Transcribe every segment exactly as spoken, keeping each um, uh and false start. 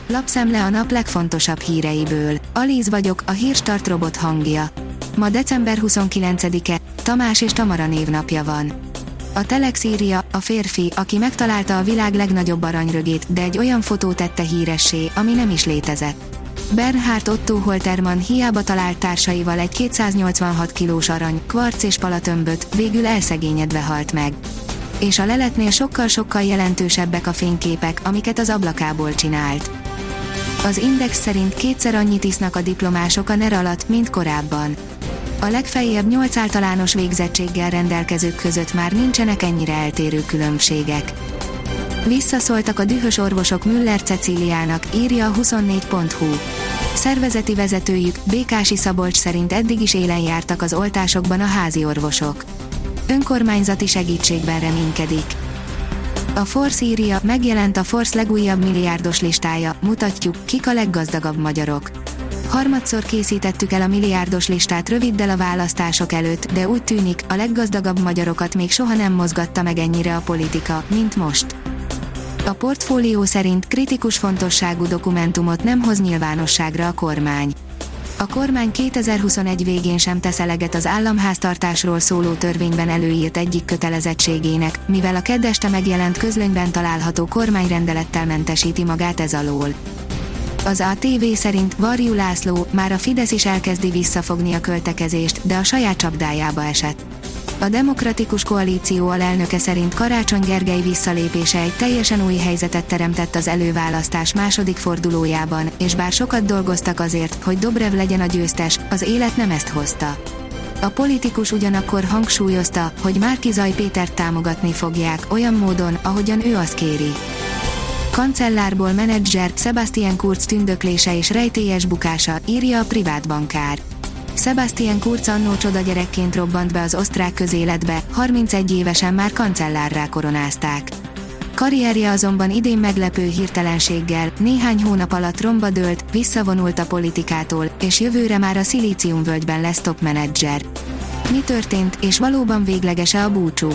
Lapszemle a nap legfontosabb híreiből. Alíz vagyok, a Hírstart robot hangja. Ma december huszonkilencedike, Tamás és Tamara névnapja van. A Telex írja, a férfi, aki megtalálta a világ legnagyobb aranyrögét, de egy olyan fotó tette híressé, ami nem is létezett. Bernhard Otto Holtermann hiába talált társaival egy kétszáznyolcvanhat kilós arany, kvarc és palatömböt, végül elszegényedve halt meg. És a leletnél sokkal-sokkal jelentősebbek a fényképek, amiket az ablakából csinált. Az Index szerint kétszer annyit isznak a diplomások a NER alatt, mint korábban. A legfeljebb nyolc általános végzettséggel rendelkezők között már nincsenek ennyire eltérő különbségek. Visszaszóltak a dühös orvosok Müller Cecíliának, írja a huszonnégy pont hu. Szervezeti vezetőjük, Békási Szabolcs szerint eddig is élen jártak az oltásokban a házi orvosok. Önkormányzati segítségben reménykedik. A Force írja, megjelent a Force legújabb milliárdos listája, mutatjuk, kik a leggazdagabb magyarok. Harmadszor készítettük el a milliárdos listát röviddel a választások előtt, de úgy tűnik, a leggazdagabb magyarokat még soha nem mozgatta meg ennyire a politika, mint most. A Portfólió szerint kritikus fontosságú dokumentumot nem hoz nyilvánosságra a kormány. A kormány kétezer-huszonegy végén sem tesz eleget az államháztartásról szóló törvényben előírt egyik kötelezettségének, mivel a kedd este megjelent közlönyben található kormányrendelettel mentesíti magát ez alól. Az á té vé szerint Varjú László, már a Fidesz is elkezdi visszafogni a költekezést, de a saját csapdájába esett. A Demokratikus Koalíció alelnöke szerint Karácsony Gergely visszalépése egy teljesen új helyzetet teremtett az előválasztás második fordulójában, és bár sokat dolgoztak azért, hogy Dobrev legyen a győztes, az élet nem ezt hozta. A politikus ugyanakkor hangsúlyozta, hogy Márki-Zay Pétert támogatni fogják, olyan módon, ahogyan ő azt kéri. Kancellárból menedzser, Sebastian Kurz tündöklése és rejtélyes bukása, írja a privát bankár. Sebastian Kurz annó csodagyerekként robbant be az osztrák közéletbe, harmincegy évesen már kancellárrá koronázták. Karrierje azonban idén meglepő hirtelenséggel, néhány hónap alatt romba dőlt, visszavonult a politikától, és jövőre már a Szilíciumvölgyben lesz top menedzser. Mi történt, és valóban végleges-e a búcsú?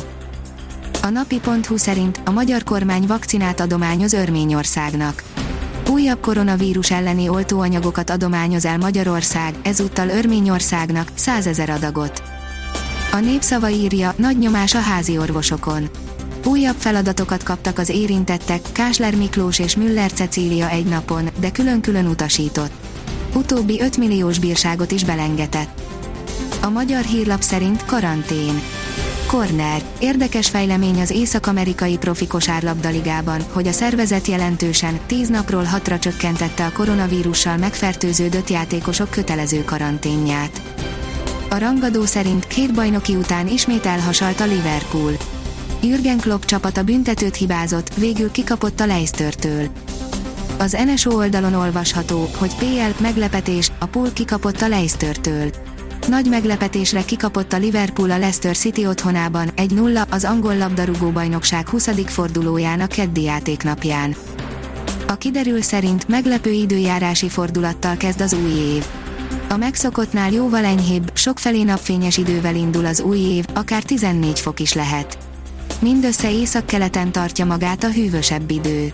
A napi pont hu szerint a magyar kormány vakcinát adományoz Örményországnak. Újabb koronavírus elleni oltóanyagokat adományoz el Magyarország, ezúttal Örményországnak, százezer adagot. A Népszava írja, nagy nyomás a házi orvosokon. Újabb feladatokat kaptak az érintettek, Kásler Miklós és Müller Cecília egy napon, de külön-külön utasított. Utóbbi öt milliós bírságot is belengetett. A Magyar Hírlap szerint karantén. Corner. Érdekes fejlemény az észak-amerikai profi kosárlabdaligában, hogy a szervezet jelentősen, tíz napról hatra csökkentette a koronavírussal megfertőződött játékosok kötelező karanténját. A rangadó szerint két bajnoki után ismét elhasalt a Liverpool. Jürgen Klopp csapata büntetőt hibázott, végül kikapott a Leicestertől. Az en es o oldalon olvasható, hogy pé el meglepetés, a Pool kikapott a Leicestertől. Nagy meglepetésre kikapott a Liverpool a Leicester City otthonában, egy nulla az angol labdarúgó-bajnokság huszadik fordulójának keddi játéknapján. A kiderül szerint meglepő időjárási fordulattal kezd az új év. A megszokottnál jóval enyhébb, sokfelé napfényes idővel indul az új év, akár tizennégy fok is lehet. Mindössze északkeleten tartja magát a hűvösebb idő.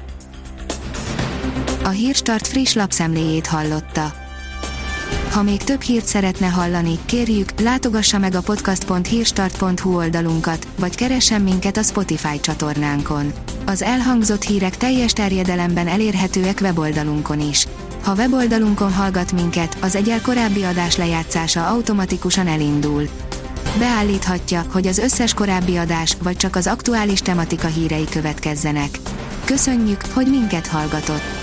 A Hírstart friss lapszemléjét hallotta. Ha még több hírt szeretne hallani, kérjük, látogassa meg a podcast pont hírstart pont hu oldalunkat, vagy keressen minket a Spotify csatornánkon. Az elhangzott hírek teljes terjedelemben elérhetőek weboldalunkon is. Ha weboldalunkon hallgat minket, az egyel korábbi adás lejátszása automatikusan elindul. Beállíthatja, hogy az összes korábbi adás, vagy csak az aktuális tematika hírei következzenek. Köszönjük, hogy minket hallgatott!